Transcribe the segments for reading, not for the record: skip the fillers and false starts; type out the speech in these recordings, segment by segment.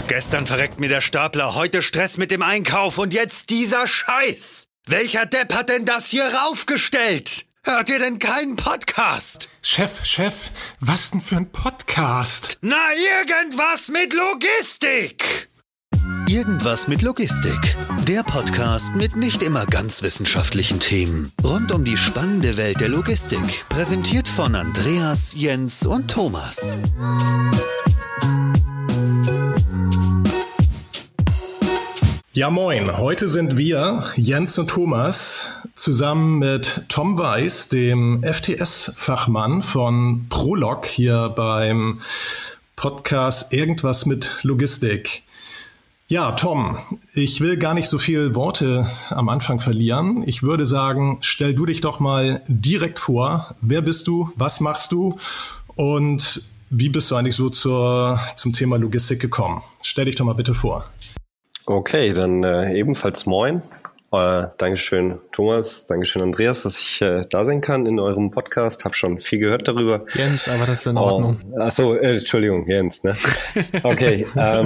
Gestern verreckt mir der Stapler, heute Stress mit dem Einkauf und jetzt dieser Scheiß. Welcher Depp hat denn das hier raufgestellt? Hört ihr denn keinen Podcast? Chef, was denn für ein Podcast? Na, irgendwas mit Logistik. Irgendwas mit Logistik. Der Podcast mit nicht immer ganz wissenschaftlichen Themen. Rund um die spannende Welt der Logistik. Präsentiert von Andreas, Jens und Thomas. Ja moin, heute sind wir, Jens und Thomas, zusammen mit Tom Weiß, dem FTS-Fachmann von Prolog, hier beim Podcast Irgendwas mit Logistik. Ja, Tom, ich will gar nicht so viel Worte am Anfang verlieren. Ich würde sagen, stell du dich doch mal direkt vor. Wer bist du? Was machst du? Und wie bist du eigentlich so zum Thema Logistik gekommen? Stell dich doch mal bitte vor. Okay, dann ebenfalls moin. Dankeschön Thomas, Dankeschön Andreas, dass ich da sein kann in eurem Podcast. Hab schon viel gehört darüber. Jens, aber das ist in Ordnung. Achso, Entschuldigung, Jens. Ne? Okay,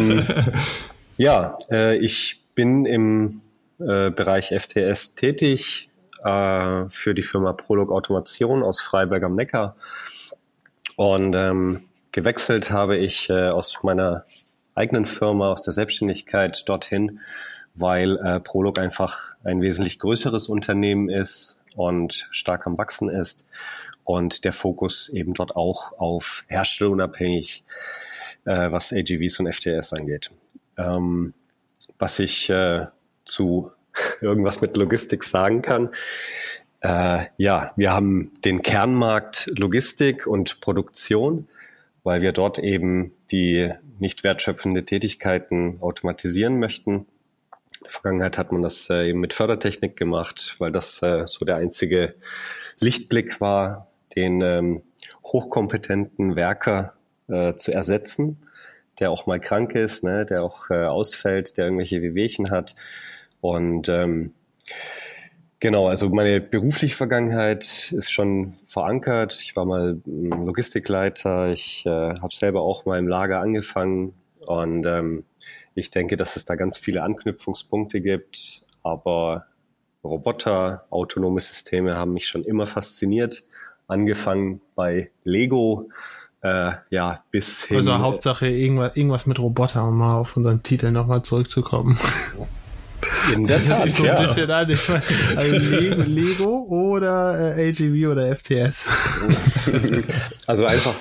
ich bin im Bereich FTS tätig für die Firma Prolog Automation aus Freiberg am Neckar. Und gewechselt habe ich aus meiner eigenen Firma, aus der Selbstständigkeit dorthin, weil Prolog einfach ein wesentlich größeres Unternehmen ist und stark am Wachsen ist und der Fokus eben dort auch auf herstellerunabhängig, was AGVs und FTS angeht. Was ich zu irgendwas mit Logistik sagen kann, wir haben den Kernmarkt Logistik und Produktion, weil wir dort eben die nicht wertschöpfende Tätigkeiten automatisieren möchten. In der Vergangenheit hat man das eben mit Fördertechnik gemacht, weil das so der einzige Lichtblick war, den hochkompetenten Werker zu ersetzen, der auch mal krank ist, ne, der auch ausfällt, der irgendwelche Wehwehchen hat. Und genau, also meine berufliche Vergangenheit ist schon verankert. Ich war mal Logistikleiter. Ich habe selber auch mal im Lager angefangen. Und ich denke, dass es da ganz viele Anknüpfungspunkte gibt. Aber Roboter, autonome Systeme haben mich schon immer fasziniert. Angefangen bei Lego, bis hin... Also Hauptsache irgendwas mit Roboter, um mal auf unseren Titel nochmal zurückzukommen. In der Tat, so ein bisschen an. Also Lego oder AGV oder FTS. Also einfach,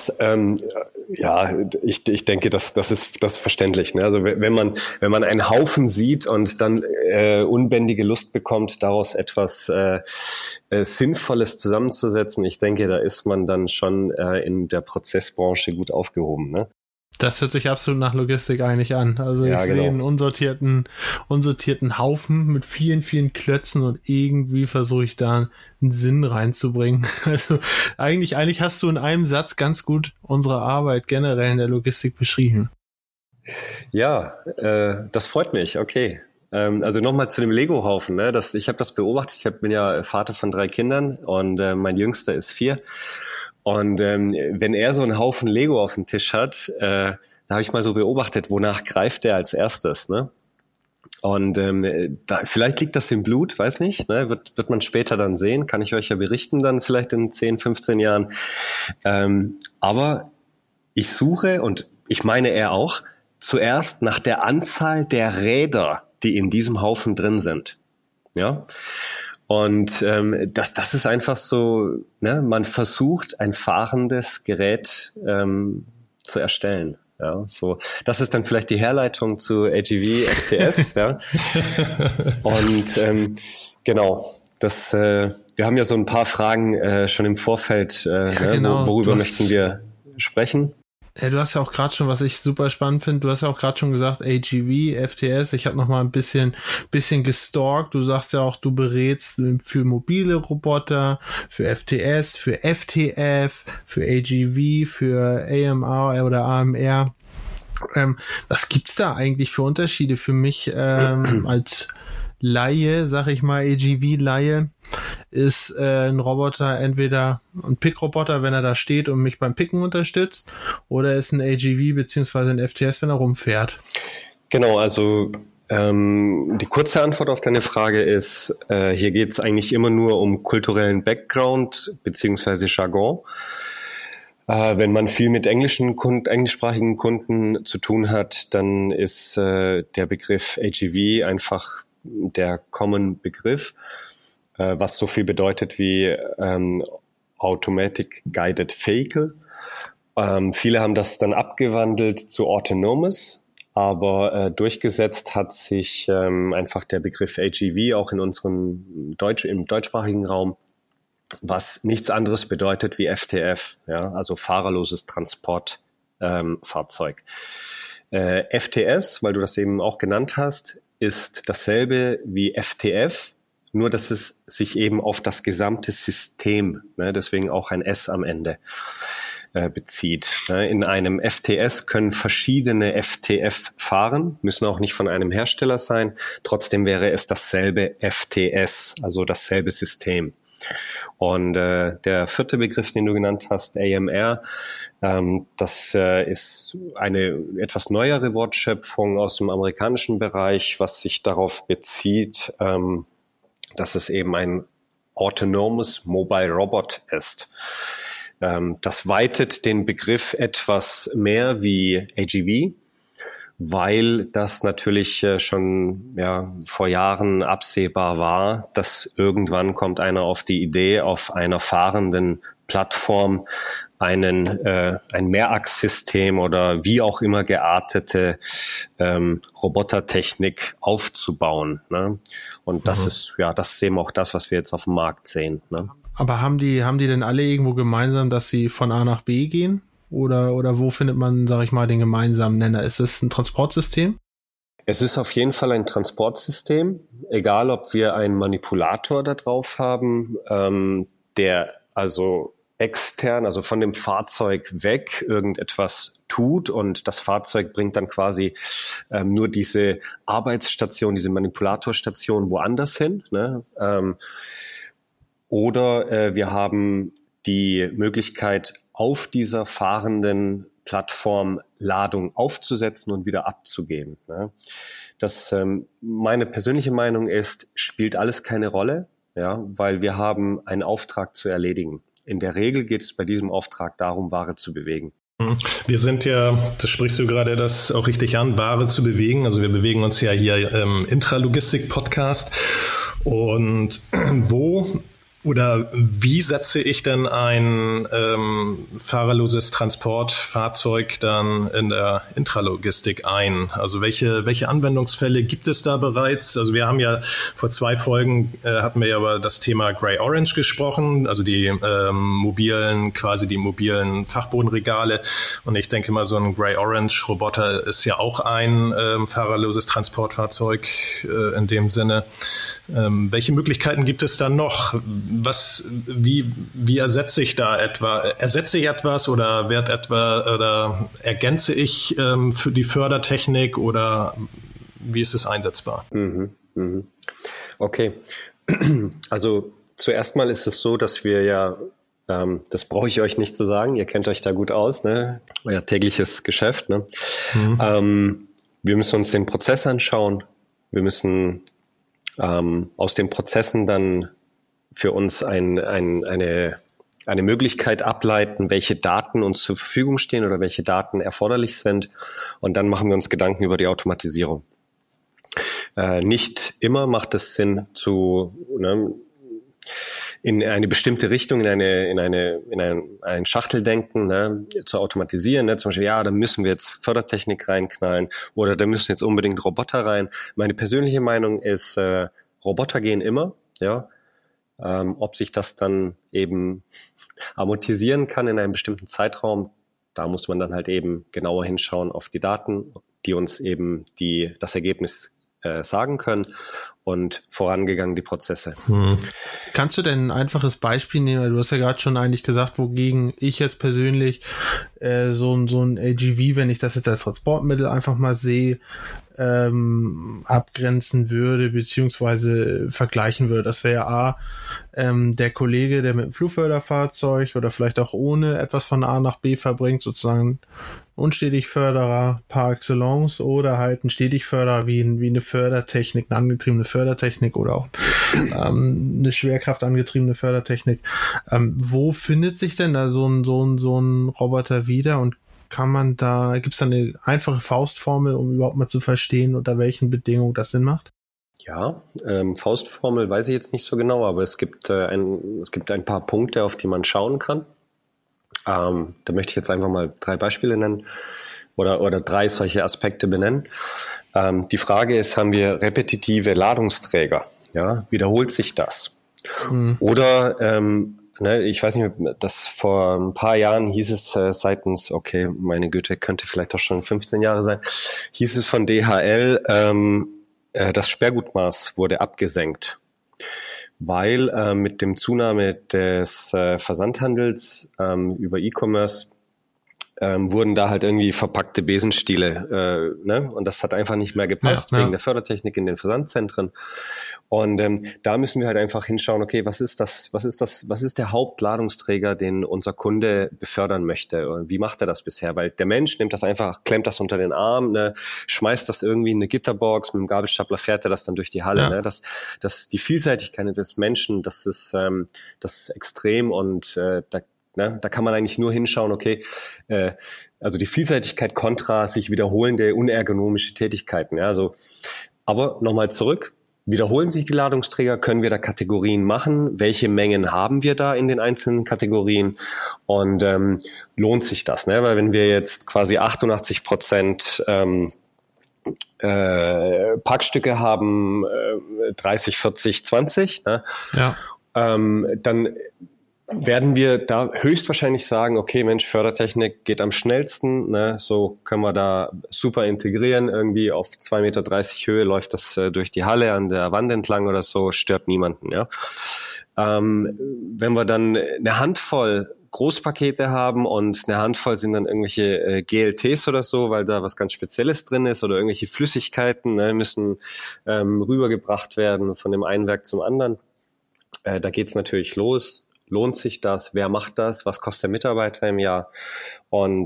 ich denke, das ist verständlich. Ne? Also wenn man einen Haufen sieht und dann unbändige Lust bekommt, daraus etwas Sinnvolles zusammenzusetzen, ich denke, da ist man dann schon in der Prozessbranche gut aufgehoben. Ne? Das hört sich absolut nach Logistik eigentlich an. Also ja, ich sehe einen unsortierten Haufen mit vielen, vielen Klötzen und irgendwie versuche ich da einen Sinn reinzubringen. Also eigentlich hast du in einem Satz ganz gut unsere Arbeit generell in der Logistik beschrieben. Ja, das freut mich. Okay. Also nochmal zu dem Lego-Haufen. Ne? Ich habe das beobachtet. Ich bin ja Vater von 3 Kindern und mein Jüngster ist 4. Und wenn er so einen Haufen Lego auf dem Tisch hat, da habe ich mal so beobachtet, wonach greift er als erstes, ne? Und vielleicht liegt das im Blut, weiß nicht, ne? Wird man später dann sehen, kann ich euch ja berichten dann vielleicht in 10, 15 Jahren. Aber ich suche, und ich meine er auch, zuerst nach der Anzahl der Räder, die in diesem Haufen drin sind. Ja. Und das ist einfach so, ne? Man versucht, ein fahrendes Gerät zu erstellen. Ja, so. Das ist dann vielleicht die Herleitung zu AGV, FTS. Ja. Und genau, wir haben ja so ein paar Fragen schon im Vorfeld. Genau. Worüber möchten wir sprechen? Ja, du hast ja auch gerade schon, was ich super spannend finde, du hast ja auch gerade schon gesagt, AGV, FTS, ich habe noch mal ein bisschen gestalkt, du sagst ja auch, du berätst für mobile Roboter, für FTS, für FTF, für AGV, für AMR oder AMR. Was gibt's da eigentlich für Unterschiede für mich als Laie, sag ich mal, AGV-Laie, ist ein Roboter entweder ein Pick-Roboter, wenn er da steht und mich beim Picken unterstützt, oder ist ein AGV beziehungsweise ein FTS, wenn er rumfährt. Genau, also die kurze Antwort auf deine Frage ist, hier geht es eigentlich immer nur um kulturellen Background beziehungsweise Jargon. Wenn man viel mit englischsprachigen Kunden zu tun hat, dann ist der Begriff AGV einfach der Common Begriff, was so viel bedeutet wie Automatic Guided Vehicle. Viele haben das dann abgewandelt zu Autonomous, aber durchgesetzt hat sich einfach der Begriff AGV auch in unserem im deutschsprachigen Raum, was nichts anderes bedeutet wie FTF, ja, also fahrerloses Transportfahrzeug. FTS, weil du das eben auch genannt hast, ist dasselbe wie FTF, nur dass es sich eben auf das gesamte System, ne, deswegen auch ein S am Ende, bezieht. In einem FTS können verschiedene FTF fahren, müssen auch nicht von einem Hersteller sein, trotzdem wäre es dasselbe FTS, also dasselbe System. Und der vierte Begriff, den du genannt hast, AMR, das ist eine etwas neuere Wortschöpfung aus dem amerikanischen Bereich, was sich darauf bezieht, dass es eben ein Autonomous Mobile Robot ist. Das weitet den Begriff etwas mehr wie AGV, weil das natürlich schon vor Jahren absehbar war, dass irgendwann kommt einer auf die Idee, auf einer fahrenden Plattform ein Mehrachssystem oder wie auch immer geartete Robotertechnik aufzubauen. Ne? Und das ist eben auch das, was wir jetzt auf dem Markt sehen. Ne? Aber haben die denn alle irgendwo gemeinsam, dass sie von A nach B gehen? Oder wo findet man, sag ich mal, den gemeinsamen Nenner? Ist es ein Transportsystem? Es ist auf jeden Fall ein Transportsystem, egal ob wir einen Manipulator da drauf haben, der also extern, also von dem Fahrzeug weg irgendetwas tut und das Fahrzeug bringt dann quasi nur diese Arbeitsstation, diese Manipulatorstation woanders hin. Ne? Oder wir haben die Möglichkeit, auf dieser fahrenden Plattform Ladung aufzusetzen und wieder abzugeben. Ne? Das, meine persönliche Meinung ist, spielt alles keine Rolle, ja, weil wir haben einen Auftrag zu erledigen. In der Regel geht es bei diesem Auftrag darum, Ware zu bewegen. Wir sind ja, das sprichst du gerade das auch richtig an, Ware zu bewegen. Also wir bewegen uns ja hier im Intralogistik-Podcast. Und oder wie setze ich denn ein fahrerloses Transportfahrzeug dann in der Intralogistik ein? Also welche Anwendungsfälle gibt es da bereits? Also wir haben ja vor 2 Folgen hatten wir ja über das Thema Grey-Orange gesprochen, also die mobilen Fachbodenregale. Und ich denke mal, so ein Grey-Orange-Roboter ist ja auch ein fahrerloses Transportfahrzeug in dem Sinne. Welche Möglichkeiten gibt es da noch? Wie ersetze ich da ersetze ich etwas oder ergänze ich für die Fördertechnik oder wie ist es einsetzbar? Okay, also zuerst mal ist es so, dass wir ja, das brauche ich euch nicht zu sagen, ihr kennt euch da gut aus, ne? Euer tägliches Geschäft, ne? Wir müssen uns den Prozess anschauen, wir müssen aus den Prozessen dann für uns eine Möglichkeit ableiten, welche Daten uns zur Verfügung stehen oder welche Daten erforderlich sind. Und dann machen wir uns Gedanken über die Automatisierung. Nicht immer macht es Sinn, in eine bestimmte Richtung, in ein Schachteldenken zu automatisieren. Ne? Zum Beispiel, da müssen wir jetzt Fördertechnik reinknallen oder da müssen jetzt unbedingt Roboter rein. Meine persönliche Meinung ist, Roboter gehen immer, ja. Ob sich das dann eben amortisieren kann in einem bestimmten Zeitraum, da muss man dann halt eben genauer hinschauen auf die Daten, die uns eben das Ergebnis sagen können und vorangegangen die Prozesse. Kannst du denn ein einfaches Beispiel nehmen? Du hast ja gerade schon eigentlich gesagt, wogegen ich jetzt persönlich so ein AGV, wenn ich das jetzt als Transportmittel einfach mal sehe, abgrenzen würde, beziehungsweise vergleichen würde. Das wäre ja der Kollege, der mit einem Flugförderfahrzeug oder vielleicht auch ohne etwas von A nach B verbringt, sozusagen Unstetigförderer par excellence oder halt ein Stetigförderer wie eine Fördertechnik, eine angetriebene Fördertechnik oder auch eine Schwerkraft angetriebene Fördertechnik. Wo findet sich denn da so ein Roboter wieder und gibt es da eine einfache Faustformel, um überhaupt mal zu verstehen, unter welchen Bedingungen das Sinn macht? Ja, Faustformel weiß ich jetzt nicht so genau, aber es gibt ein paar Punkte, auf die man schauen kann. Da möchte ich jetzt einfach mal 3 Beispiele nennen oder 3 solche Aspekte benennen. Die Frage ist, haben wir repetitive Ladungsträger? Ja, wiederholt sich das? Oder ich weiß nicht, das vor ein paar Jahren hieß es seitens, okay, meine Güte, könnte vielleicht auch schon 15 Jahre sein, hieß es von DHL, das Sperrgutmaß wurde abgesenkt, weil mit dem Zunahme des Versandhandels über E-Commerce wurden da halt irgendwie verpackte Besenstiele, und das hat einfach nicht mehr gepasst wegen der Fördertechnik in den Versandzentren. Und da müssen wir halt einfach hinschauen, okay, was ist der Hauptladungsträger, den unser Kunde befördern möchte? Und wie macht er das bisher? Weil der Mensch nimmt das einfach, klemmt das unter den Arm, schmeißt das irgendwie in eine Gitterbox, mit dem Gabelstapler fährt er das dann durch die Halle. Ja. Das die Vielseitigkeit des Menschen, das ist extrem und da kann man eigentlich nur hinschauen, okay, also die Vielseitigkeit kontra sich wiederholende unergonomische Tätigkeiten. Ja, also, aber nochmal zurück. Wiederholen sich die Ladungsträger? Können wir da Kategorien machen? Welche Mengen haben wir da in den einzelnen Kategorien? Und lohnt sich das? Ne? Weil wenn wir jetzt quasi 88% Packstücke haben, 30, 40, 20, ne? Ja. Dann werden wir da höchstwahrscheinlich sagen, okay, Mensch, Fördertechnik geht am schnellsten, ne? So können wir da super integrieren, irgendwie auf 2,30 Meter Höhe läuft das durch die Halle an der Wand entlang oder so, stört niemanden, ja. Wenn wir dann eine Handvoll Großpakete haben und eine Handvoll sind dann irgendwelche GLTs oder so, weil da was ganz Spezielles drin ist oder irgendwelche Flüssigkeiten, ne, müssen rübergebracht werden von dem einen Werk zum anderen, da geht's natürlich los. Lohnt sich das? Wer macht das? Was kostet der Mitarbeiter im Jahr? Und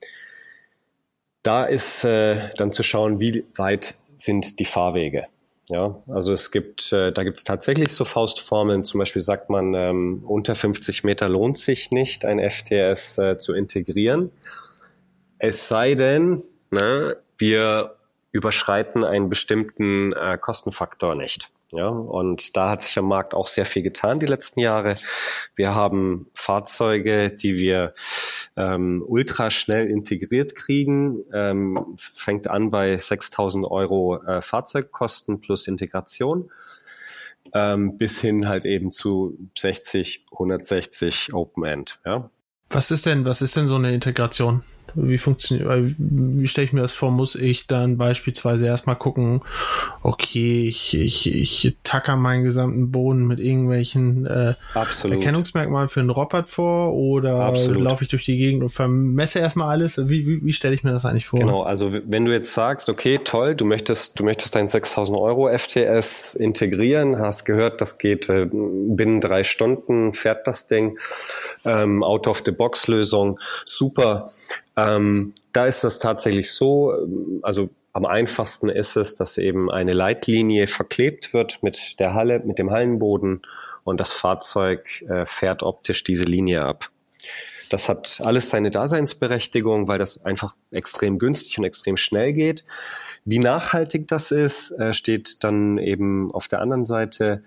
da ist dann zu schauen, wie weit sind die Fahrwege. Ja, also da gibt es tatsächlich so Faustformeln. Zum Beispiel sagt man, unter 50 Meter lohnt sich nicht, ein FTS zu integrieren. Es sei denn, wir überschreiten einen bestimmten Kostenfaktor nicht. Ja, und da hat sich am Markt auch sehr viel getan die letzten Jahre. Wir haben Fahrzeuge, die wir ultra schnell integriert kriegen. Fängt an bei 6.000 € Fahrzeugkosten plus Integration, bis hin halt eben zu 60, 160 Open End. Ja. Was ist denn so eine Integration? Wie stelle ich mir das vor? Muss ich dann beispielsweise erstmal gucken, okay, ich tacker meinen gesamten Boden mit irgendwelchen Erkennungsmerkmalen für einen Roboter vor oder laufe ich durch die Gegend und vermesse erstmal alles? Wie stelle ich mir das eigentlich vor? Genau, also wenn du jetzt sagst, okay, toll, du möchtest dein 6.000 € FTS integrieren, hast gehört, das geht binnen 3 Stunden, fährt das Ding, Out-of-the-Box-Lösung, super. Da ist das tatsächlich so, also am einfachsten ist es, dass eben eine Leitlinie verklebt wird mit der Halle, mit dem Hallenboden und das Fahrzeug fährt optisch diese Linie ab. Das hat alles seine Daseinsberechtigung, weil das einfach extrem günstig und extrem schnell geht. Wie nachhaltig das ist, steht dann eben auf der anderen Seite.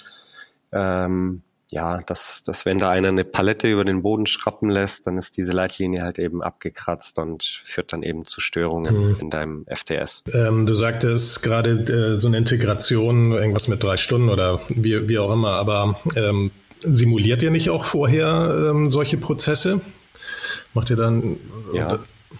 Dass wenn da einer eine Palette über den Boden schrappen lässt, dann ist diese Leitlinie halt eben abgekratzt und führt dann eben zu Störungen in deinem FTS. Du sagtest gerade so eine Integration, irgendwas mit 3 Stunden oder wie auch immer, aber simuliert ihr nicht auch vorher solche Prozesse? Macht ihr dann... Ja,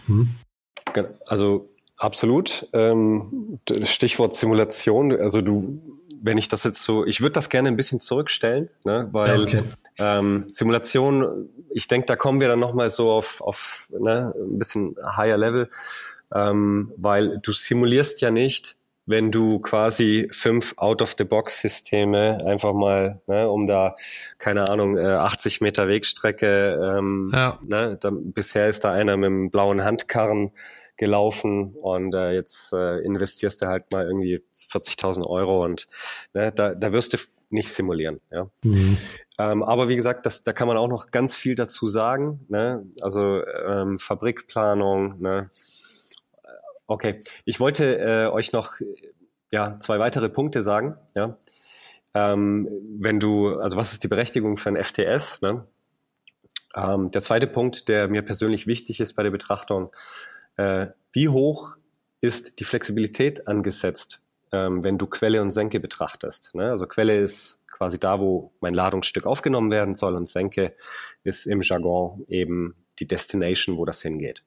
also absolut. Stichwort Simulation, also wenn ich das jetzt so, ich würde das gerne ein bisschen zurückstellen, ne, weil Simulation, ich denke, da kommen wir dann nochmal so auf ein bisschen higher Level, weil du simulierst ja nicht wenn du quasi 5 Out-of-the-Box-Systeme einfach mal, ne, um da, keine Ahnung, 80 Meter Wegstrecke, ne, bisher ist da einer mit einem blauen Handkarren gelaufen und jetzt investierst du halt mal irgendwie 40.000 Euro und ne, da wirst du nicht simulieren. Ja. Mhm. Aber wie gesagt, da kann man auch noch ganz viel dazu sagen. Ne? Also Fabrikplanung. Ne? Okay, ich wollte euch noch 2 weitere Punkte sagen. Ja? Also was ist die Berechtigung für ein FTS? Ne? Der zweite Punkt, der mir persönlich wichtig ist bei der Betrachtung, wie hoch ist die Flexibilität angesetzt, wenn du Quelle und Senke betrachtest. Ne? Also Quelle ist quasi da, wo mein Ladungsstück aufgenommen werden soll und Senke ist im Jargon eben die Destination, wo das hingeht.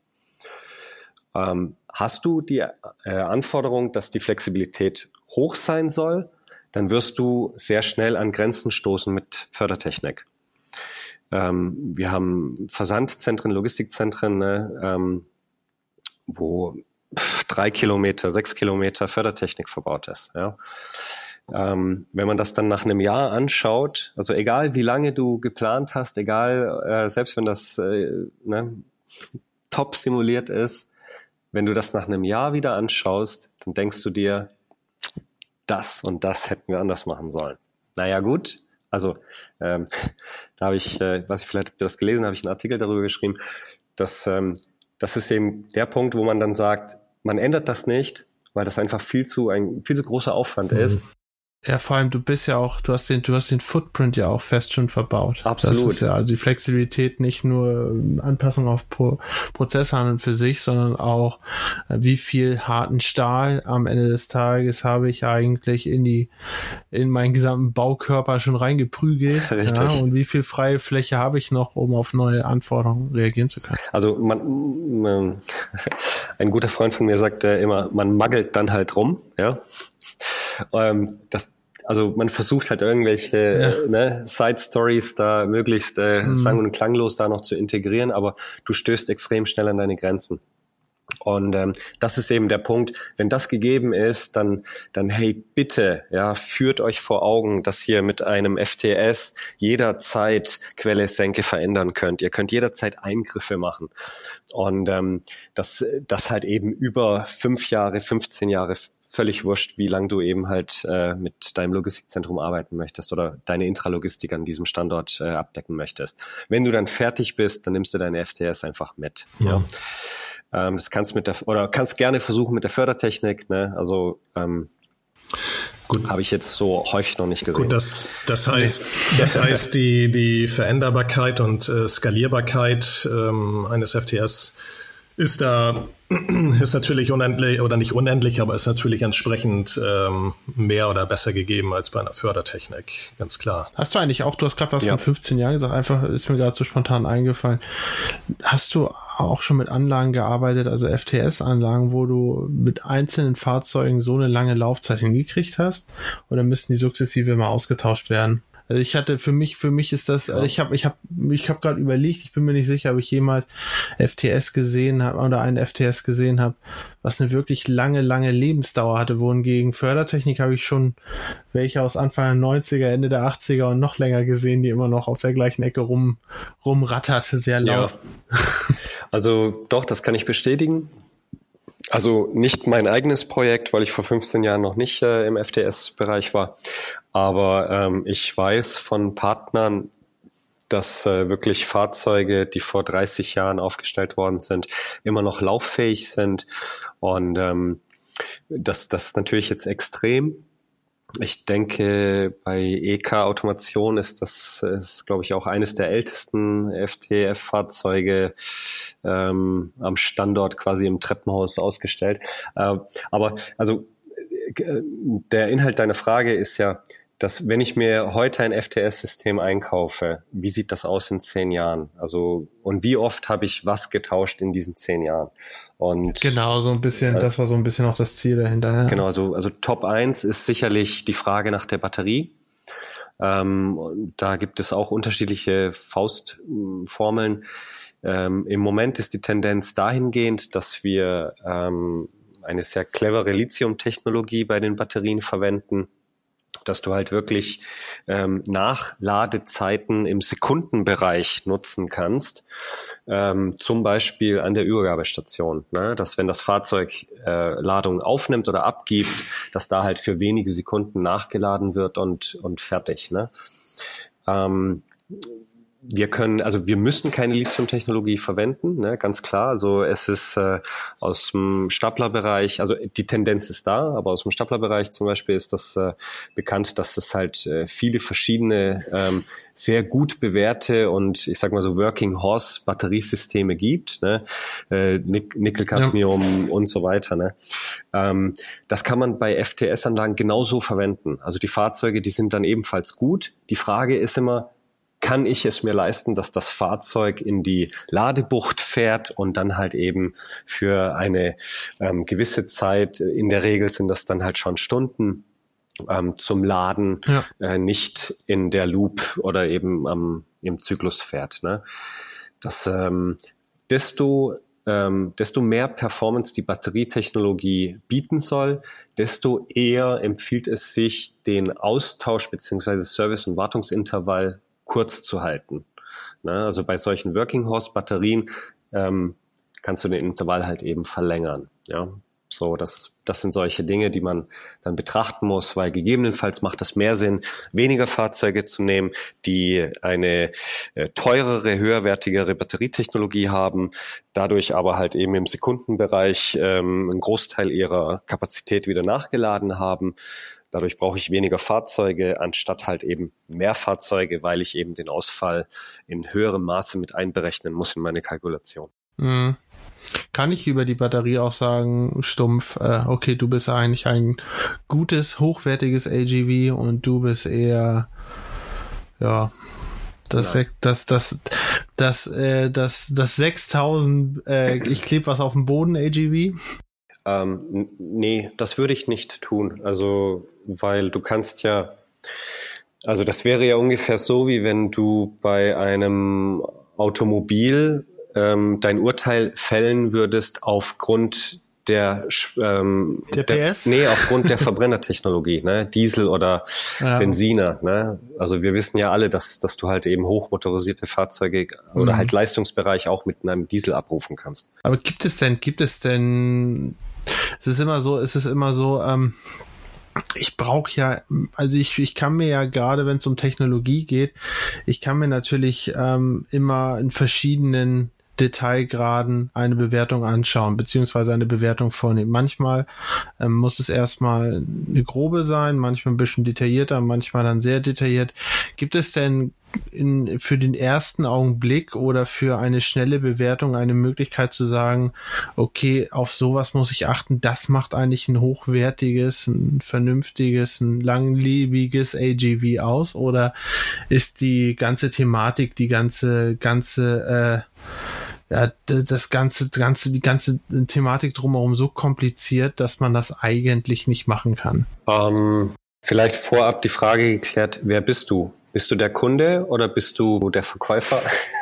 Hast du die Anforderung, dass die Flexibilität hoch sein soll, dann wirst du sehr schnell an Grenzen stoßen mit Fördertechnik. Wir haben Versandzentren, Logistikzentren, ne, wo 3 Kilometer, 6 Kilometer Fördertechnik verbaut ist. Ja. Wenn man das dann nach einem Jahr anschaut, also egal wie lange du geplant hast, egal, selbst wenn das top simuliert ist, wenn du das nach einem Jahr wieder anschaust, dann denkst du dir, das und das hätten wir anders machen sollen. Naja gut, also da habe ich, weiß ich, vielleicht habt ihr das gelesen, habe ich einen Artikel darüber geschrieben, dass das ist eben der Punkt, wo man dann sagt, man ändert das nicht, weil das einfach ein viel zu großer Aufwand ist. Ja, vor allem du hast den Footprint ja auch fest schon verbaut. Absolut. Das ist ja also die Flexibilität nicht nur Anpassung auf Prozess an und für sich, sondern auch wie viel harten Stahl am Ende des Tages habe ich eigentlich in meinen gesamten Baukörper schon reingeprügelt. Richtig. Ja, und wie viel freie Fläche habe ich noch, um auf neue Anforderungen reagieren zu können. Also ein guter Freund von mir sagt immer, man magelt dann halt rum, ja. Also man versucht halt irgendwelche Side-Stories da möglichst sang- und klanglos da noch zu integrieren, aber du stößt extrem schnell an deine Grenzen. Und das ist eben der Punkt, wenn das gegeben ist, dann hey, bitte, ja, führt euch vor Augen, dass ihr mit einem FTS jederzeit Quelle, Senke verändern könnt. Ihr könnt jederzeit Eingriffe machen. Und das halt eben über 5 Jahre, 15 Jahre, völlig wurscht, wie lange du eben halt mit deinem Logistikzentrum arbeiten möchtest oder deine Intralogistik an diesem Standort abdecken möchtest. Wenn du dann fertig bist, dann nimmst du deine FTS einfach mit. Ja. Das kannst gerne versuchen mit der Fördertechnik, ne? Also gut, habe ich jetzt so häufig noch nicht gesehen. Gut, das heißt, die Veränderbarkeit und Skalierbarkeit eines FTS ist natürlich unendlich oder nicht unendlich, aber ist natürlich entsprechend mehr oder besser gegeben als bei einer Fördertechnik, ganz klar. Hast du eigentlich auch, du hast gerade was von 15 Jahren gesagt, einfach ist mir gerade so spontan eingefallen. Hast du auch schon mit Anlagen gearbeitet, also FTS-Anlagen, wo du mit einzelnen Fahrzeugen so eine lange Laufzeit hingekriegt hast? Oder müssen die sukzessive mal ausgetauscht werden? Also für mich ist das, ich habe gerade überlegt, ich bin mir nicht sicher, ob ich jemals FTS gesehen habe oder einen FTS gesehen habe, was eine wirklich lange Lebensdauer hatte, wohingegen Fördertechnik habe ich schon welche aus Anfang der 90er, Ende der 80er und noch länger gesehen, die immer noch auf der gleichen Ecke rumrattert, sehr laut. Ja. Also doch, das kann ich bestätigen. Also nicht mein eigenes Projekt, weil ich vor 15 Jahren noch nicht im FTS-Bereich war. Aber ich weiß von Partnern, dass wirklich Fahrzeuge, die vor 30 Jahren aufgestellt worden sind, immer noch lauffähig sind. Und das ist natürlich jetzt extrem. Ich denke, bei EK-Automation ist glaube ich, auch eines der ältesten FTF-Fahrzeuge am Standort quasi im Treppenhaus ausgestellt. Aber also der Inhalt deiner Frage ist ja, dass wenn ich mir heute ein FTS-System einkaufe, wie sieht das aus in 10 Jahren? Also, und wie oft habe ich was getauscht in diesen 10 Jahren? Und genau, so ein bisschen, das war so ein bisschen auch das Ziel dahinter. Ja. Genau, also Top 1 ist sicherlich die Frage nach der Batterie. Da gibt es auch unterschiedliche Faustformeln. Im Moment ist die Tendenz dahingehend, dass wir eine sehr clevere Lithium-Technologie bei den Batterien verwenden, dass du halt wirklich Nachladezeiten im Sekundenbereich nutzen kannst, zum Beispiel an der Übergabestation, ne? Dass wenn das Fahrzeug Ladung aufnimmt oder abgibt, dass da halt für wenige Sekunden nachgeladen wird und fertig, ne? Wir müssen keine Lithium-Technologie verwenden, ne, ganz klar. Also es ist aus dem Staplerbereich, also die Tendenz ist da, aber aus dem Staplerbereich zum Beispiel ist das bekannt, dass es halt viele verschiedene sehr gut bewährte und ich sag mal so Working Horse Batteriesysteme gibt, ne, Nickel, Cadmium und so weiter, ne. Das kann man bei FTS-Anlagen genauso verwenden. Also die Fahrzeuge, die sind dann ebenfalls gut. Die Frage ist immer, kann ich es mir leisten, dass das Fahrzeug in die Ladebucht fährt und dann halt eben für eine gewisse Zeit, in der Regel sind das dann halt schon Stunden, zum Laden, nicht in der Loop oder eben im Zyklus fährt, ne? Das, desto mehr Performance die Batterietechnologie bieten soll, desto eher empfiehlt es sich, den Austausch bzw. Service- und Wartungsintervall kurz zu halten. Ne? Also bei solchen Working Horse Batterien kannst du den Intervall halt eben verlängern. Ja, so das sind solche Dinge, die man dann betrachten muss, weil gegebenenfalls macht es mehr Sinn, weniger Fahrzeuge zu nehmen, die eine teurere, höherwertigere Batterietechnologie haben, dadurch aber halt eben im Sekundenbereich einen Großteil ihrer Kapazität wieder nachgeladen haben. Dadurch brauche ich weniger Fahrzeuge, anstatt halt eben mehr Fahrzeuge, weil ich eben den Ausfall in höherem Maße mit einberechnen muss in meine Kalkulation. Mhm. Kann ich über die Batterie auch sagen, stumpf, okay, du bist eigentlich ein gutes, hochwertiges AGV und du bist eher, ja, das 6000, ich klebe was auf dem Boden AGV? Nee, das würde ich nicht tun. Also, weil du kannst ja, also das wäre ja ungefähr so, wie wenn du bei einem Automobil dein Urteil fällen würdest aufgrund der PS? Aufgrund der Verbrennertechnologie, ne? Diesel oder Benziner, ne? Also wir wissen ja alle, dass du halt eben hochmotorisierte Fahrzeuge oder halt Leistungsbereich auch mit einem Diesel abrufen kannst. Aber gibt es denn, es ist immer so, ich brauche ja, also ich kann mir ja gerade, wenn es um Technologie geht, ich kann mir natürlich immer in verschiedenen Detailgraden eine Bewertung anschauen, beziehungsweise eine Bewertung vornehmen. Manchmal muss es erstmal eine grobe sein, manchmal ein bisschen detaillierter, manchmal dann sehr detailliert. Gibt es denn für den ersten Augenblick oder für eine schnelle Bewertung eine Möglichkeit zu sagen, okay, auf sowas muss ich achten, das macht eigentlich ein hochwertiges, ein vernünftiges, ein langlebiges AGV aus? Oder ist die ganze Thematik, die ganze Thematik drumherum so kompliziert, dass man das eigentlich nicht machen kann? Vielleicht vorab die Frage geklärt, wer bist du? Bist du der Kunde oder bist du der Verkäufer?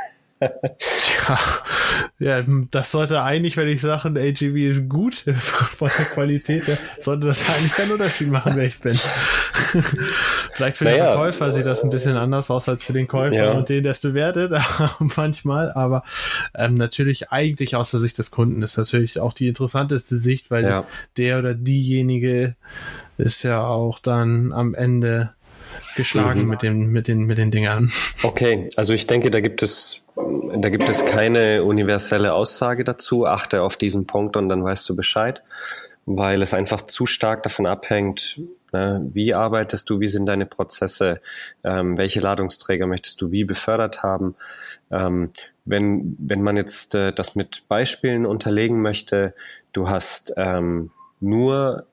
Ja, das sollte eigentlich, wenn ich sage, ein AGV ist gut von der Qualität, sollte das eigentlich keinen Unterschied machen, wer ich bin. Vielleicht für den Verkäufer sieht das ein bisschen anders aus als für den Käufer und den, der es bewertet, manchmal, aber natürlich eigentlich aus der Sicht des Kunden ist natürlich auch die interessanteste Sicht, weil der oder diejenige ist ja auch dann am Ende geschlagen mit den Dingern. Okay, also ich denke, da gibt es keine universelle Aussage dazu. Achte auf diesen Punkt und dann weißt du Bescheid, weil es einfach zu stark davon abhängt, wie arbeitest du, wie sind deine Prozesse, welche Ladungsträger möchtest du wie befördert haben. Wenn man jetzt das mit Beispielen unterlegen möchte, du hast nur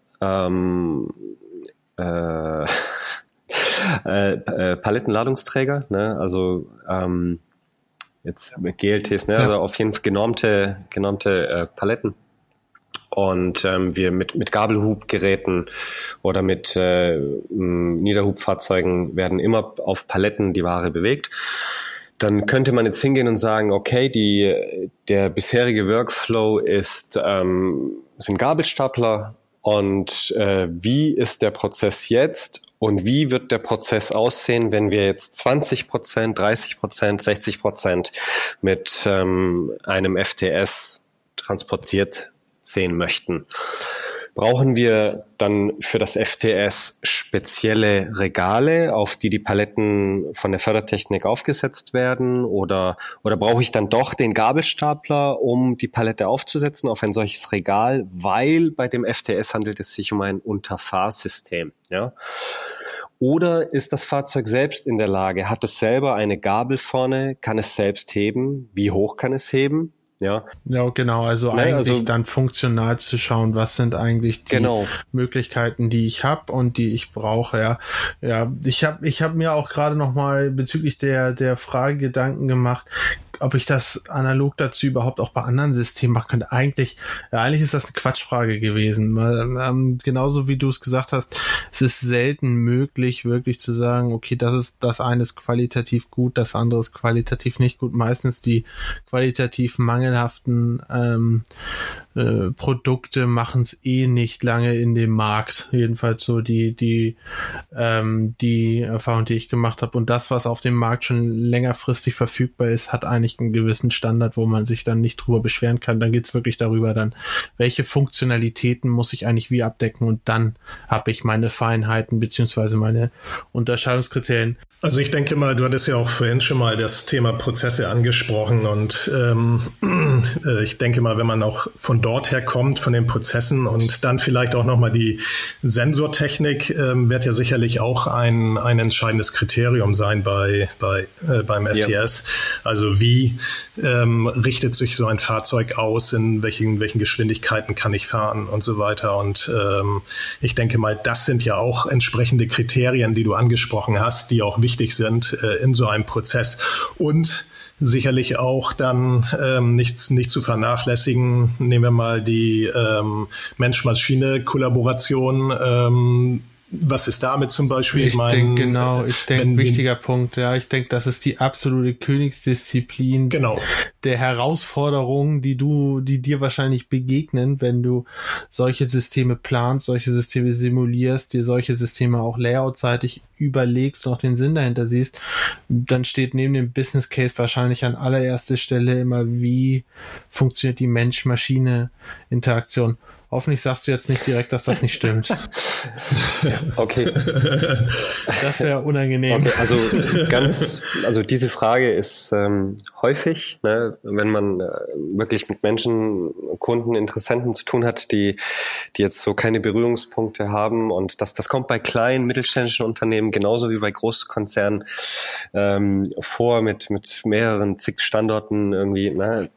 Palettenladungsträger, ne? Also jetzt mit GLTs, ne? Also auf jeden Fall genormte Paletten. Und wir mit Gabelhubgeräten oder mit Niederhubfahrzeugen werden immer auf Paletten die Ware bewegt. dann könnte man jetzt hingehen und sagen, okay, der bisherige Workflow sind Gabelstapler und wie ist der Prozess jetzt und wie wird der Prozess aussehen, wenn wir jetzt 20%, 30%, 60% mit einem FTS transportiert sehen möchten? Brauchen wir dann für das FTS spezielle Regale, auf die Paletten von der Fördertechnik aufgesetzt werden? Oder brauche ich dann doch den Gabelstapler, um die Palette aufzusetzen auf ein solches Regal? Weil bei dem FTS handelt es sich um ein Unterfahrsystem. Ja? Oder ist das Fahrzeug selbst in der Lage? Hat es selber eine Gabel vorne? Kann es selbst heben? Wie hoch kann es heben? Ja, genau, also eigentlich dann funktional zu schauen, was sind eigentlich die Möglichkeiten, die ich habe und die ich brauche, ja. Ich hab mir auch gerade nochmal bezüglich der Frage Gedanken gemacht, ob ich das analog dazu überhaupt auch bei anderen Systemen machen könnte. Eigentlich ist das eine Quatschfrage gewesen. Weil, genauso wie du es gesagt hast, es ist selten möglich, wirklich zu sagen, okay, das eine ist qualitativ gut, das andere ist qualitativ nicht gut. Meistens die qualitativ mangelhaften Produkte machen es nicht lange in dem Markt. Jedenfalls so die Erfahrung, die ich gemacht habe. Und das, was auf dem Markt schon längerfristig verfügbar ist, hat eigentlich einen gewissen Standard, wo man sich dann nicht drüber beschweren kann. Dann geht's wirklich darüber dann, welche Funktionalitäten muss ich eigentlich wie abdecken, und dann habe ich meine Feinheiten beziehungsweise meine Unterscheidungskriterien. Also ich denke mal, du hattest ja auch vorhin schon mal das Thema Prozesse angesprochen, und ich denke mal, wenn man auch von dort her kommt, von den Prozessen, und dann vielleicht auch nochmal die Sensortechnik, wird ja sicherlich auch ein entscheidendes Kriterium sein beim FTS. Ja. Also wie richtet sich so ein Fahrzeug aus, in welchen Geschwindigkeiten kann ich fahren und so weiter. Und ich denke mal, das sind ja auch entsprechende Kriterien, die du angesprochen hast, die auch wichtig sind in so einem Prozess. Und sicherlich auch dann nicht zu vernachlässigen, nehmen wir mal die Mensch-Maschine-Kollaboration. Was ist damit zum Beispiel? Ich denke, wichtiger Punkt. Ja, ich denke, das ist die absolute Königsdisziplin der Herausforderungen, die dir wahrscheinlich begegnen, wenn du solche Systeme planst, solche Systeme simulierst, dir solche Systeme auch layoutseitig überlegst und auch den Sinn dahinter siehst. Dann steht neben dem Business Case wahrscheinlich an allererster Stelle immer, wie funktioniert die Mensch-Maschine-Interaktion. Hoffentlich sagst du jetzt nicht direkt, dass das nicht stimmt. Okay. Das wäre unangenehm. Okay, also diese Frage ist häufig, ne, wenn man wirklich mit Menschen, Kunden, Interessenten zu tun hat, die jetzt so keine Berührungspunkte haben, und das kommt bei kleinen, mittelständischen Unternehmen genauso wie bei Großkonzernen vor, mit mehreren zig Standorten irgendwie, ne,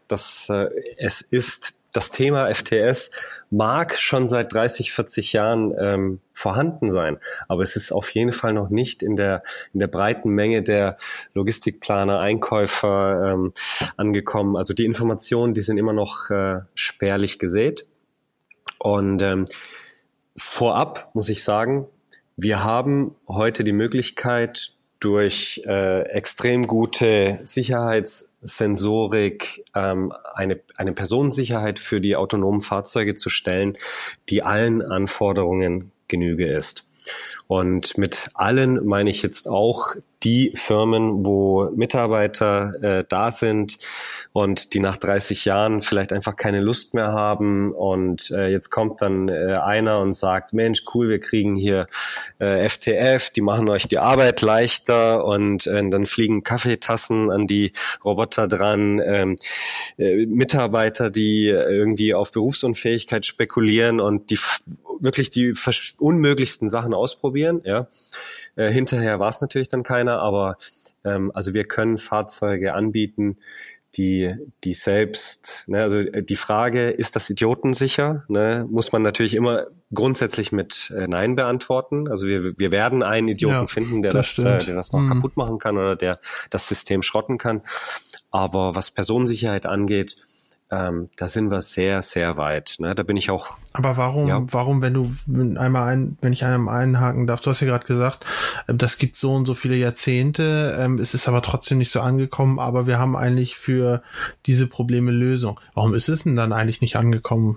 das Thema FTS mag schon seit 30, 40 Jahren vorhanden sein, aber es ist auf jeden Fall noch nicht in der breiten Menge der Logistikplaner, Einkäufer angekommen. Also die Informationen, die sind immer noch spärlich gesät. Und vorab muss ich sagen, wir haben heute die Möglichkeit, durch extrem gute Sicherheitssensorik eine Personensicherheit für die autonomen Fahrzeuge zu stellen, die allen Anforderungen Genüge ist. Und mit allen meine ich jetzt auch die Firmen, wo Mitarbeiter da sind und die nach 30 Jahren vielleicht einfach keine Lust mehr haben, und jetzt kommt dann einer und sagt, Mensch, cool, wir kriegen hier FTF, die machen euch die Arbeit leichter, und dann fliegen Kaffeetassen an die Roboter dran, Mitarbeiter, die irgendwie auf Berufsunfähigkeit spekulieren und die wirklich die unmöglichsten Sachen ausprobieren, ja. Hinterher war es natürlich dann keiner, aber also wir können Fahrzeuge anbieten, die selbst, ne, also die Frage, ist das idiotensicher, ne, muss man natürlich immer grundsätzlich mit Nein beantworten. Also wir werden einen Idioten finden, der das noch kaputt machen kann oder der das System schrotten kann. Aber was Personensicherheit angeht, da sind wir sehr, sehr weit. Ne? Da bin ich auch. Aber warum, wenn ich einmal einhaken darf, du hast ja gerade gesagt, das gibt so und so viele Jahrzehnte, es ist aber trotzdem nicht so angekommen, aber wir haben eigentlich für diese Probleme Lösung. Warum ist es denn dann eigentlich nicht angekommen?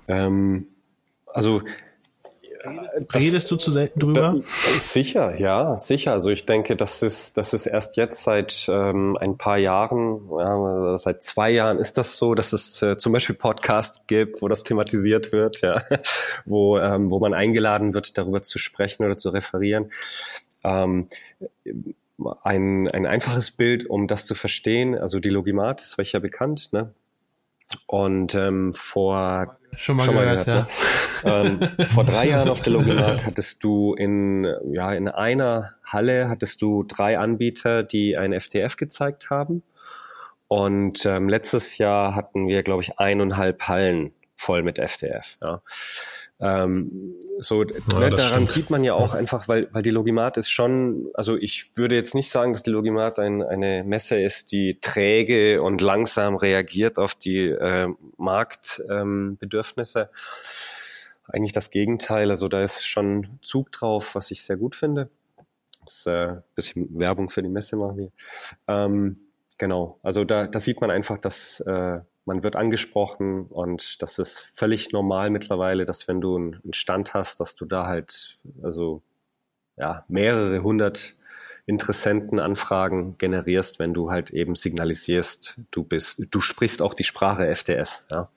Redest du zu selten drüber? Sicher, ja, sicher. Also ich denke, das ist erst jetzt seit ein paar Jahren, ja, seit 2 Jahren ist das so, dass es zum Beispiel Podcasts gibt, wo das thematisiert wird, ja, wo man eingeladen wird, darüber zu sprechen oder zu referieren. Ein einfaches Bild, um das zu verstehen, also die Logimat ist euch ja bekannt, ne? Und schon mal gehört, ja. Ne? Vor 3 Jahren auf der Logimat hattest du in einer Halle hattest du 3 Anbieter, die ein FTF gezeigt haben. Und letztes Jahr hatten wir, glaube ich, 1,5 Hallen voll mit FTF. Ja. Daran sieht man ja auch einfach, weil die Logimat ist schon, also ich würde jetzt nicht sagen, dass die Logimat eine Messe ist, die träge und langsam reagiert auf die Marktbedürfnisse. Eigentlich das Gegenteil, also da ist schon Zug drauf, was ich sehr gut finde. Das ist ein bisschen Werbung für die Messe machen hier. Genau, also da sieht man einfach, dass man wird angesprochen und das ist völlig normal mittlerweile, dass wenn du einen Stand hast, dass du da halt mehrere 100 Interessentenanfragen generierst, wenn du halt eben signalisierst, du sprichst auch die Sprache FTS. Ja.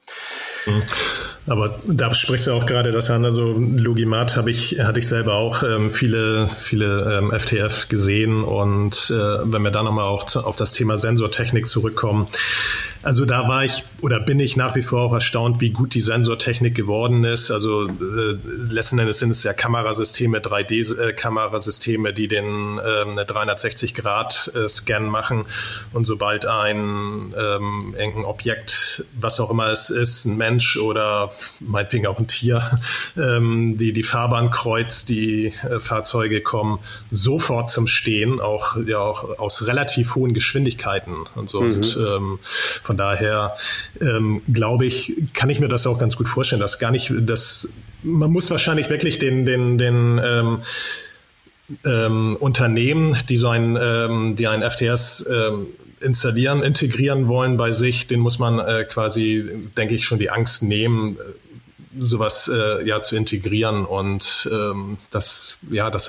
Aber da sprichst du auch gerade das an, also Logimat hatte ich selber auch viele FTF gesehen und wenn wir da nochmal auch auf das Thema Sensortechnik zurückkommen, also da bin ich nach wie vor auch erstaunt, wie gut die Sensortechnik geworden ist. Also letzten Endes sind es ja Kamerasysteme, 3D-Kamerasysteme, die den 360-Grad-Scan machen und sobald irgendein Objekt, was auch immer es ist, ein Mensch oder meinetwegen auch ein Tier, die Fahrbahn kreuzt, die Fahrzeuge kommen sofort zum Stehen, auch aus relativ hohen Geschwindigkeiten und so. Und von daher glaube ich, kann ich mir das auch ganz gut vorstellen, man muss wahrscheinlich wirklich den Unternehmen, die ein FTS integrieren wollen bei sich, den muss man quasi, denke ich, schon die Angst nehmen, sowas zu integrieren und dass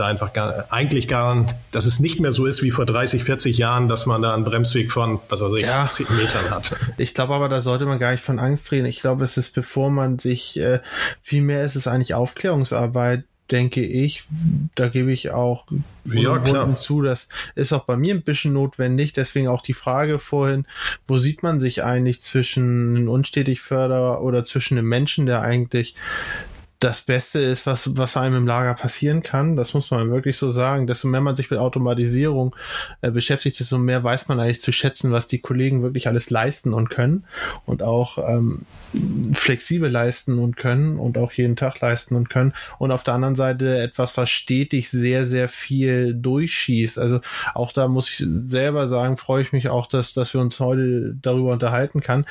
es nicht mehr so ist wie vor 30, 40 Jahren, dass man da einen Bremsweg von, 10 Metern hat. Ich glaube aber, da sollte man gar nicht von Angst reden. Ich glaube, es ist, bevor man sich, vielmehr ist es eigentlich Aufklärungsarbeit, denke ich, da gebe ich auch zu, das ist auch bei mir ein bisschen notwendig, deswegen auch die Frage vorhin, wo sieht man sich eigentlich zwischen einem Unstetigförderer oder zwischen einem Menschen, der eigentlich das Beste ist, was einem im Lager passieren kann, das muss man wirklich so sagen. Desto mehr man sich mit Automatisierung beschäftigt, desto mehr weiß man eigentlich zu schätzen, was die Kollegen wirklich alles leisten und können und auch flexibel leisten und können und auch jeden Tag leisten und können. Und auf der anderen Seite etwas, was stetig sehr, sehr viel durchschießt. Also auch da muss ich selber sagen, freue ich mich auch, dass wir uns heute darüber unterhalten können,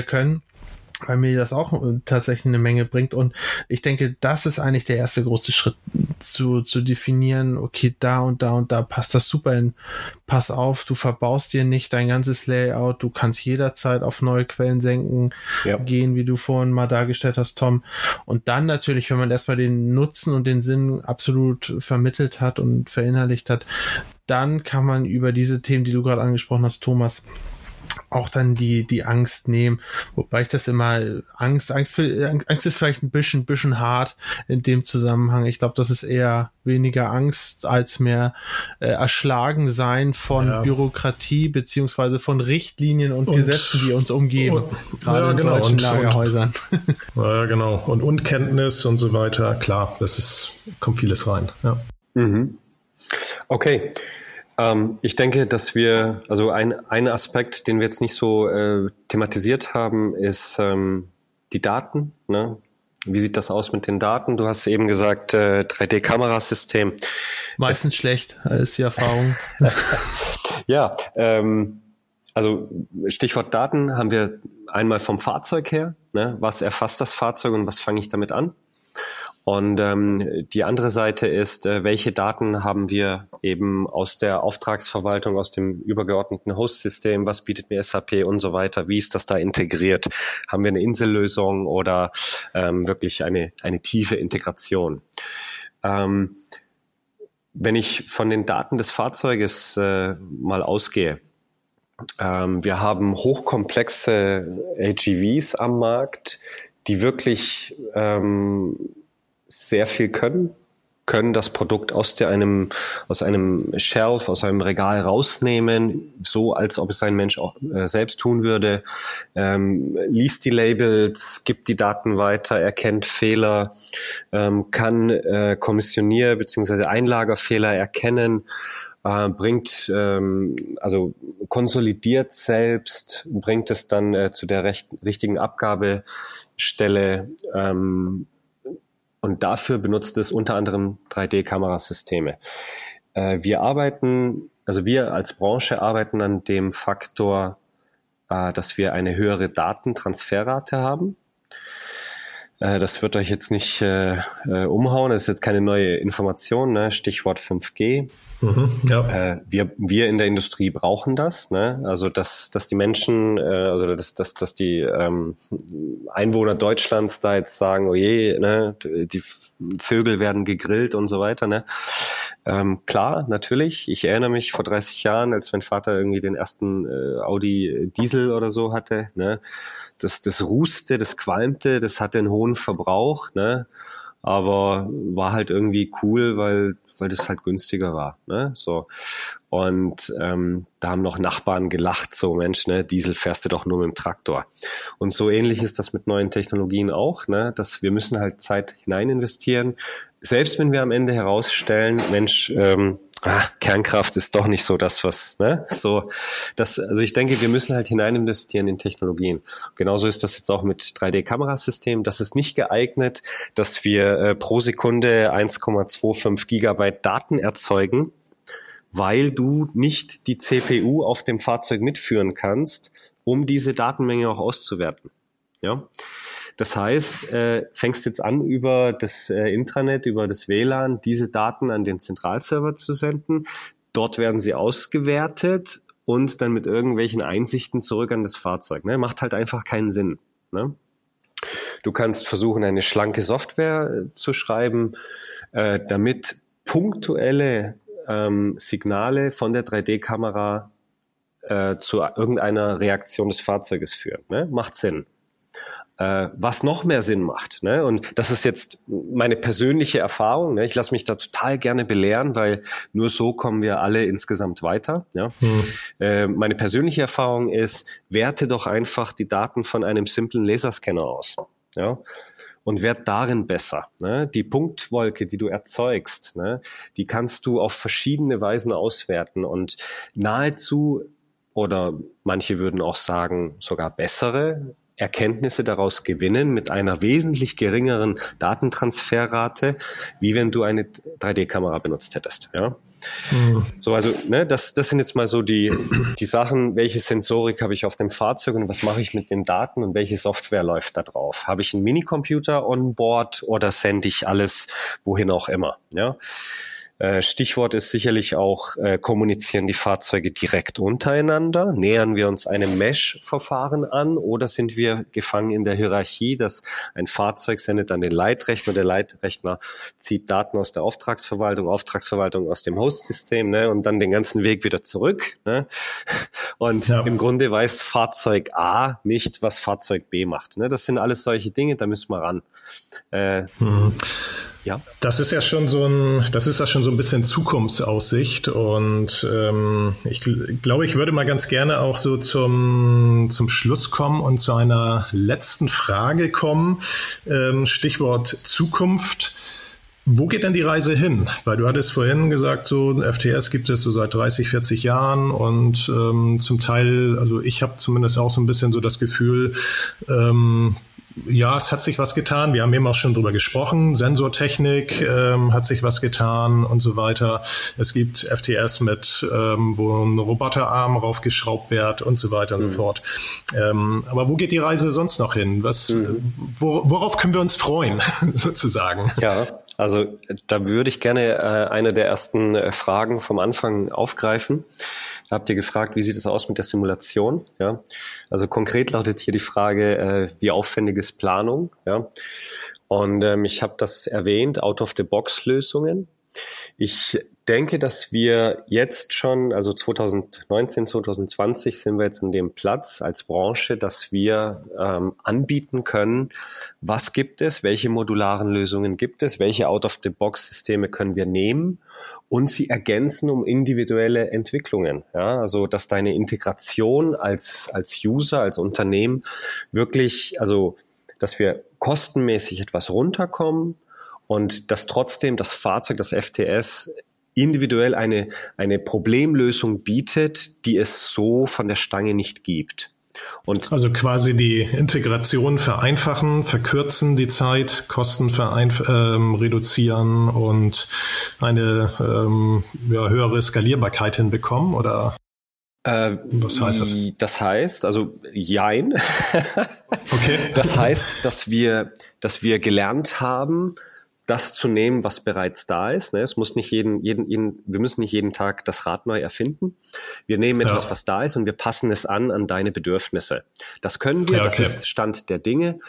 weil mir das auch tatsächlich eine Menge bringt. Und ich denke, das ist eigentlich der erste große Schritt, zu definieren, okay, da und da und da passt das super hin. Pass auf, du verbaust dir nicht dein ganzes Layout, du kannst jederzeit auf neue Quellen senken, gehen, wie du vorhin mal dargestellt hast, Tom. Und dann natürlich, wenn man erstmal den Nutzen und den Sinn absolut vermittelt hat und verinnerlicht hat, dann kann man über diese Themen, die du gerade angesprochen hast, Thomas, auch dann die Angst nehmen, wobei ich das immer, Angst ist vielleicht ein bisschen hart in dem Zusammenhang. Ich glaube, das ist eher weniger Angst als mehr erschlagen sein von Bürokratie beziehungsweise von Richtlinien und Gesetzen, die uns umgeben, gerade in deutschen Lagerhäusern. Ja, genau. Und Unkenntnis und so weiter, klar, kommt vieles rein. Ja. Mhm. Okay. Ich denke, dass ein Aspekt, den wir jetzt nicht so thematisiert haben, ist die Daten. Ne? Wie sieht das aus mit den Daten? Du hast eben gesagt, 3D-Kamerasystem. Meistens schlecht, ist die Erfahrung. Ja, Also Stichwort Daten haben wir einmal vom Fahrzeug her, ne? Was erfasst das Fahrzeug und was fange ich damit an? Und die andere Seite ist, welche Daten haben wir eben aus der Auftragsverwaltung, aus dem übergeordneten Host-System, was bietet mir SAP und so weiter, wie ist das da integriert? Haben wir eine Insellösung oder wirklich eine tiefe Integration? Wenn ich von den Daten des Fahrzeuges mal ausgehe, wir haben hochkomplexe AGVs am Markt, die wirklich sehr viel können das Produkt aus einem Shelf, aus einem Regal rausnehmen, so als ob es ein Mensch auch selbst tun würde, liest die Labels, gibt die Daten weiter, erkennt Fehler, kann Kommissionier- bzw. Einlagerfehler erkennen, konsolidiert selbst, bringt es dann zu der richtigen Abgabestelle, und dafür benutzt es unter anderem 3D-Kamerasysteme. Wir als Branche arbeiten an dem Faktor, dass wir eine höhere Datentransferrate haben. Das wird euch jetzt nicht umhauen, das ist jetzt keine neue Information, ne? Stichwort 5G. Ja. Wir in der Industrie brauchen das, ne? Also dass die Menschen, dass die Einwohner Deutschlands da jetzt sagen, oh je, ne, die Vögel werden gegrillt und so weiter, ne? Klar, natürlich. Ich erinnere mich vor 30 Jahren, als mein Vater irgendwie den ersten Audi Diesel oder so hatte, ne? Das ruste, das qualmte, das hatte einen hohen Verbrauch, ne? Aber war halt irgendwie cool, weil das halt günstiger war, ne? So. Und da haben noch Nachbarn gelacht, so Mensch, ne, Diesel fährst du doch nur mit dem Traktor. Und so ähnlich ist das mit neuen Technologien auch, ne, dass wir müssen halt Zeit hinein investieren. Selbst wenn wir am Ende herausstellen, Mensch, Kernkraft ist doch nicht so das, was, ne, so, also ich denke, wir müssen halt hinein investieren in Technologien. Genauso ist das jetzt auch mit 3D-Kamerasystemen. Das ist nicht geeignet, dass wir pro Sekunde 1,25 Gigabyte Daten erzeugen, weil du nicht die CPU auf dem Fahrzeug mitführen kannst, um diese Datenmenge auch auszuwerten. Ja. Das heißt, fängst jetzt an, über das Intranet, über das WLAN, diese Daten an den Zentralserver zu senden. Dort werden sie ausgewertet und dann mit irgendwelchen Einsichten zurück an das Fahrzeug. Ne? Macht halt einfach keinen Sinn. Ne? Du kannst versuchen, eine schlanke Software zu schreiben, damit punktuelle Signale von der 3D-Kamera zu irgendeiner Reaktion des Fahrzeuges führen. Ne? Macht Sinn. Was noch mehr Sinn macht, ne? Und das ist jetzt meine persönliche Erfahrung, ne? Ich lasse mich da total gerne belehren, weil nur so kommen wir alle insgesamt weiter. Ja? Meine persönliche Erfahrung ist, werte doch einfach die Daten von einem simplen Laserscanner aus. Ja? Und werd darin besser. Ne? Die Punktwolke, die du erzeugst, ne? Die kannst du auf verschiedene Weisen auswerten und nahezu, oder manche würden auch sagen, sogar bessere Erkenntnisse daraus gewinnen mit einer wesentlich geringeren Datentransferrate, wie wenn du eine 3D-Kamera benutzt hättest. Ja? So, also ne, das sind jetzt mal so die Sachen, welche Sensorik habe ich auf dem Fahrzeug und was mache ich mit den Daten und welche Software läuft da drauf? Habe ich einen Minicomputer on board oder sende ich alles wohin auch immer? Ja? Stichwort ist sicherlich auch, kommunizieren die Fahrzeuge direkt untereinander? Nähern wir uns einem Mesh-Verfahren an oder sind wir gefangen in der Hierarchie, dass ein Fahrzeug sendet an den Leitrechner, der Leitrechner zieht Daten aus der Auftragsverwaltung aus dem Host-System, ne, und dann den ganzen Weg wieder zurück, ne? Und im Grunde weiß Fahrzeug A nicht, was Fahrzeug B macht, ne? Das sind alles solche Dinge, da müssen wir ran. Ja. Das ist ja schon so ein bisschen Zukunftsaussicht und ich glaube, ich würde mal ganz gerne auch so zum Schluss kommen und zu einer letzten Frage kommen. Stichwort Zukunft. Wo geht denn die Reise hin? Weil du hattest vorhin gesagt, so FTS gibt es so seit 30, 40 Jahren und zum Teil, also ich habe zumindest auch so ein bisschen so das Gefühl, ja, es hat sich was getan. Wir haben eben auch schon drüber gesprochen. Sensortechnik hat sich was getan und so weiter. Es gibt FTS mit, wo ein Roboterarm raufgeschraubt wird und so weiter und so fort. Aber wo geht die Reise sonst noch hin? Worauf können wir uns freuen, sozusagen? Ja, also da würde ich gerne eine der ersten Fragen vom Anfang aufgreifen. Da habt ihr gefragt, wie sieht es aus mit der Simulation? Ja, also konkret lautet hier die Frage, wie aufwendig ist Planung? Ja, und ich habe das erwähnt, Out-of-the-Box-Lösungen. Ich denke, dass wir jetzt schon, also 2019, 2020 sind wir jetzt an dem Platz als Branche, dass wir anbieten können, was gibt es, welche modularen Lösungen gibt es, welche Out-of-the-Box-Systeme können wir nehmen und sie ergänzen um individuelle Entwicklungen. Ja, also dass deine Integration als User, als Unternehmen wirklich, also dass wir kostenmäßig etwas runterkommen, und dass trotzdem das Fahrzeug, das FTS, individuell eine Problemlösung bietet, die es so von der Stange nicht gibt. Und also quasi die Integration vereinfachen, verkürzen die Zeit, Kosten reduzieren und eine höhere Skalierbarkeit hinbekommen, oder? Was heißt das? Das heißt, also jein. Okay. Das heißt, dass wir gelernt haben, das zu nehmen, was bereits da ist. Es muss nicht wir müssen nicht jeden Tag das Rad neu erfinden. Wir nehmen etwas, was da ist, und wir passen es an deine Bedürfnisse. Das können wir, das ist Stand der Dinge.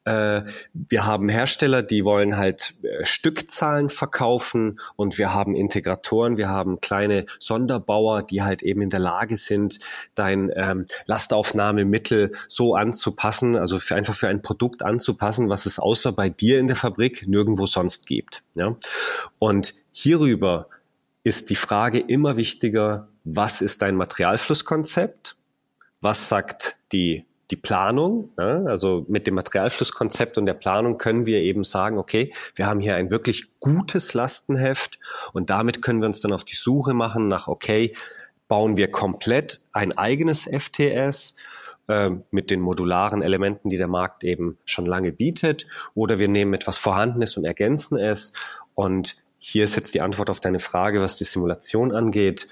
Wir haben Hersteller, die wollen halt Stückzahlen verkaufen, und wir haben Integratoren, wir haben kleine Sonderbauer, die halt eben in der Lage sind, dein Lastaufnahmemittel so anzupassen, also einfach für ein Produkt anzupassen, was es außer bei dir in der Fabrik nirgendwo sonst gibt. Ja? Und hierüber ist die Frage immer wichtiger, was ist dein Materialflusskonzept? Was sagt die Planung? Ja? Also mit dem Materialflusskonzept und der Planung können wir eben sagen, okay, wir haben hier ein wirklich gutes Lastenheft, und damit können wir uns dann auf die Suche machen nach, okay, bauen wir komplett ein eigenes FTS, mit den modularen Elementen, die der Markt eben schon lange bietet, oder wir nehmen etwas Vorhandenes und ergänzen es. Und hier ist jetzt die Antwort auf deine Frage, was die Simulation angeht.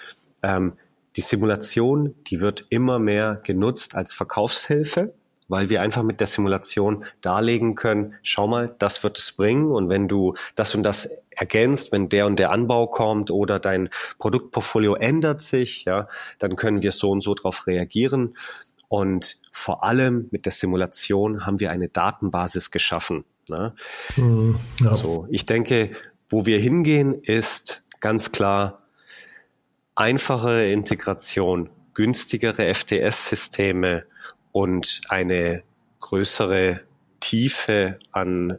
Die Simulation, die wird immer mehr genutzt als Verkaufshilfe, weil wir einfach mit der Simulation darlegen können, schau mal, das wird es bringen, und wenn du das und das ergänzt, wenn der und der Anbau kommt oder dein Produktportfolio ändert sich, ja, dann können wir so und so drauf reagieren. Und vor allem mit der Simulation haben wir eine Datenbasis geschaffen. Ne? Ja. Also ich denke, wo wir hingehen, ist ganz klar einfache Integration, günstigere FTS-Systeme und eine größere Tiefe an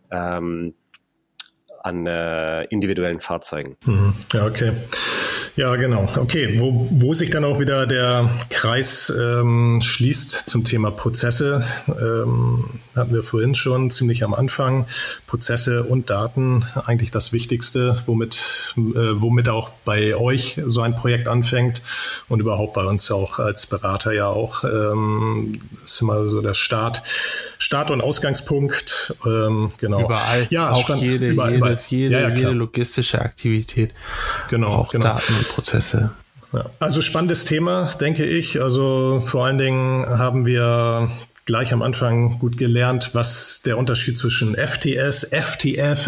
individuellen Fahrzeugen. Ja, okay. Ja, genau. Okay, wo sich dann auch wieder der Kreis schließt zum Thema Prozesse, hatten wir vorhin schon ziemlich am Anfang. Prozesse und Daten, eigentlich das Wichtigste, womit auch bei euch so ein Projekt anfängt und überhaupt bei uns auch als Berater ja auch. Ist immer so der Start- und Ausgangspunkt. Genau. Überall, ja, auch jede logistische Aktivität. Genau. Daten und Prozesse. Ja. Also spannendes Thema, denke ich. Also vor allen Dingen haben wir gleich am Anfang gut gelernt, was der Unterschied zwischen FTS, FTF,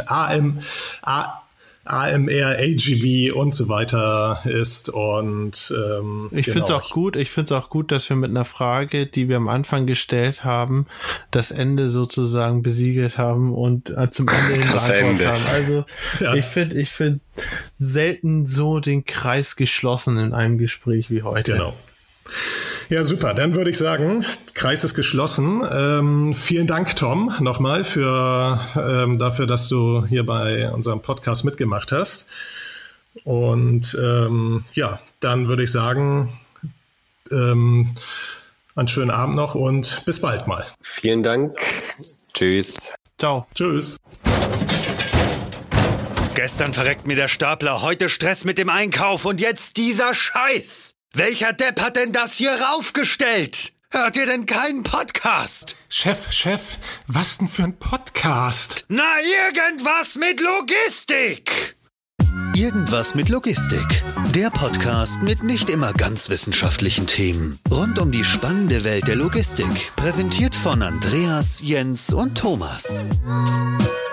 AMR, AGV und so weiter ist. Und ich finde es auch gut, dass wir mit einer Frage, die wir am Anfang gestellt haben, das Ende sozusagen besiegelt haben und zum Ende hin beantwortet haben. Also ja. Ich finde selten so den Kreis geschlossen in einem Gespräch wie heute. Genau. Ja, super. Dann würde ich sagen, Kreis ist geschlossen. Vielen Dank, Tom, nochmal dafür, dass du hier bei unserem Podcast mitgemacht hast. Und dann würde ich sagen, einen schönen Abend noch und bis bald mal. Vielen Dank. Tschüss. Ciao. Tschüss. Gestern verreckt mir der Stapler, heute Stress mit dem Einkauf und jetzt dieser Scheiß. Welcher Depp hat denn das hier raufgestellt? Hört ihr denn keinen Podcast? Chef, was denn für ein Podcast? Na, irgendwas mit Logistik. Irgendwas mit Logistik. Der Podcast mit nicht immer ganz wissenschaftlichen Themen. Rund um die spannende Welt der Logistik. Präsentiert von Andreas, Jens und Thomas.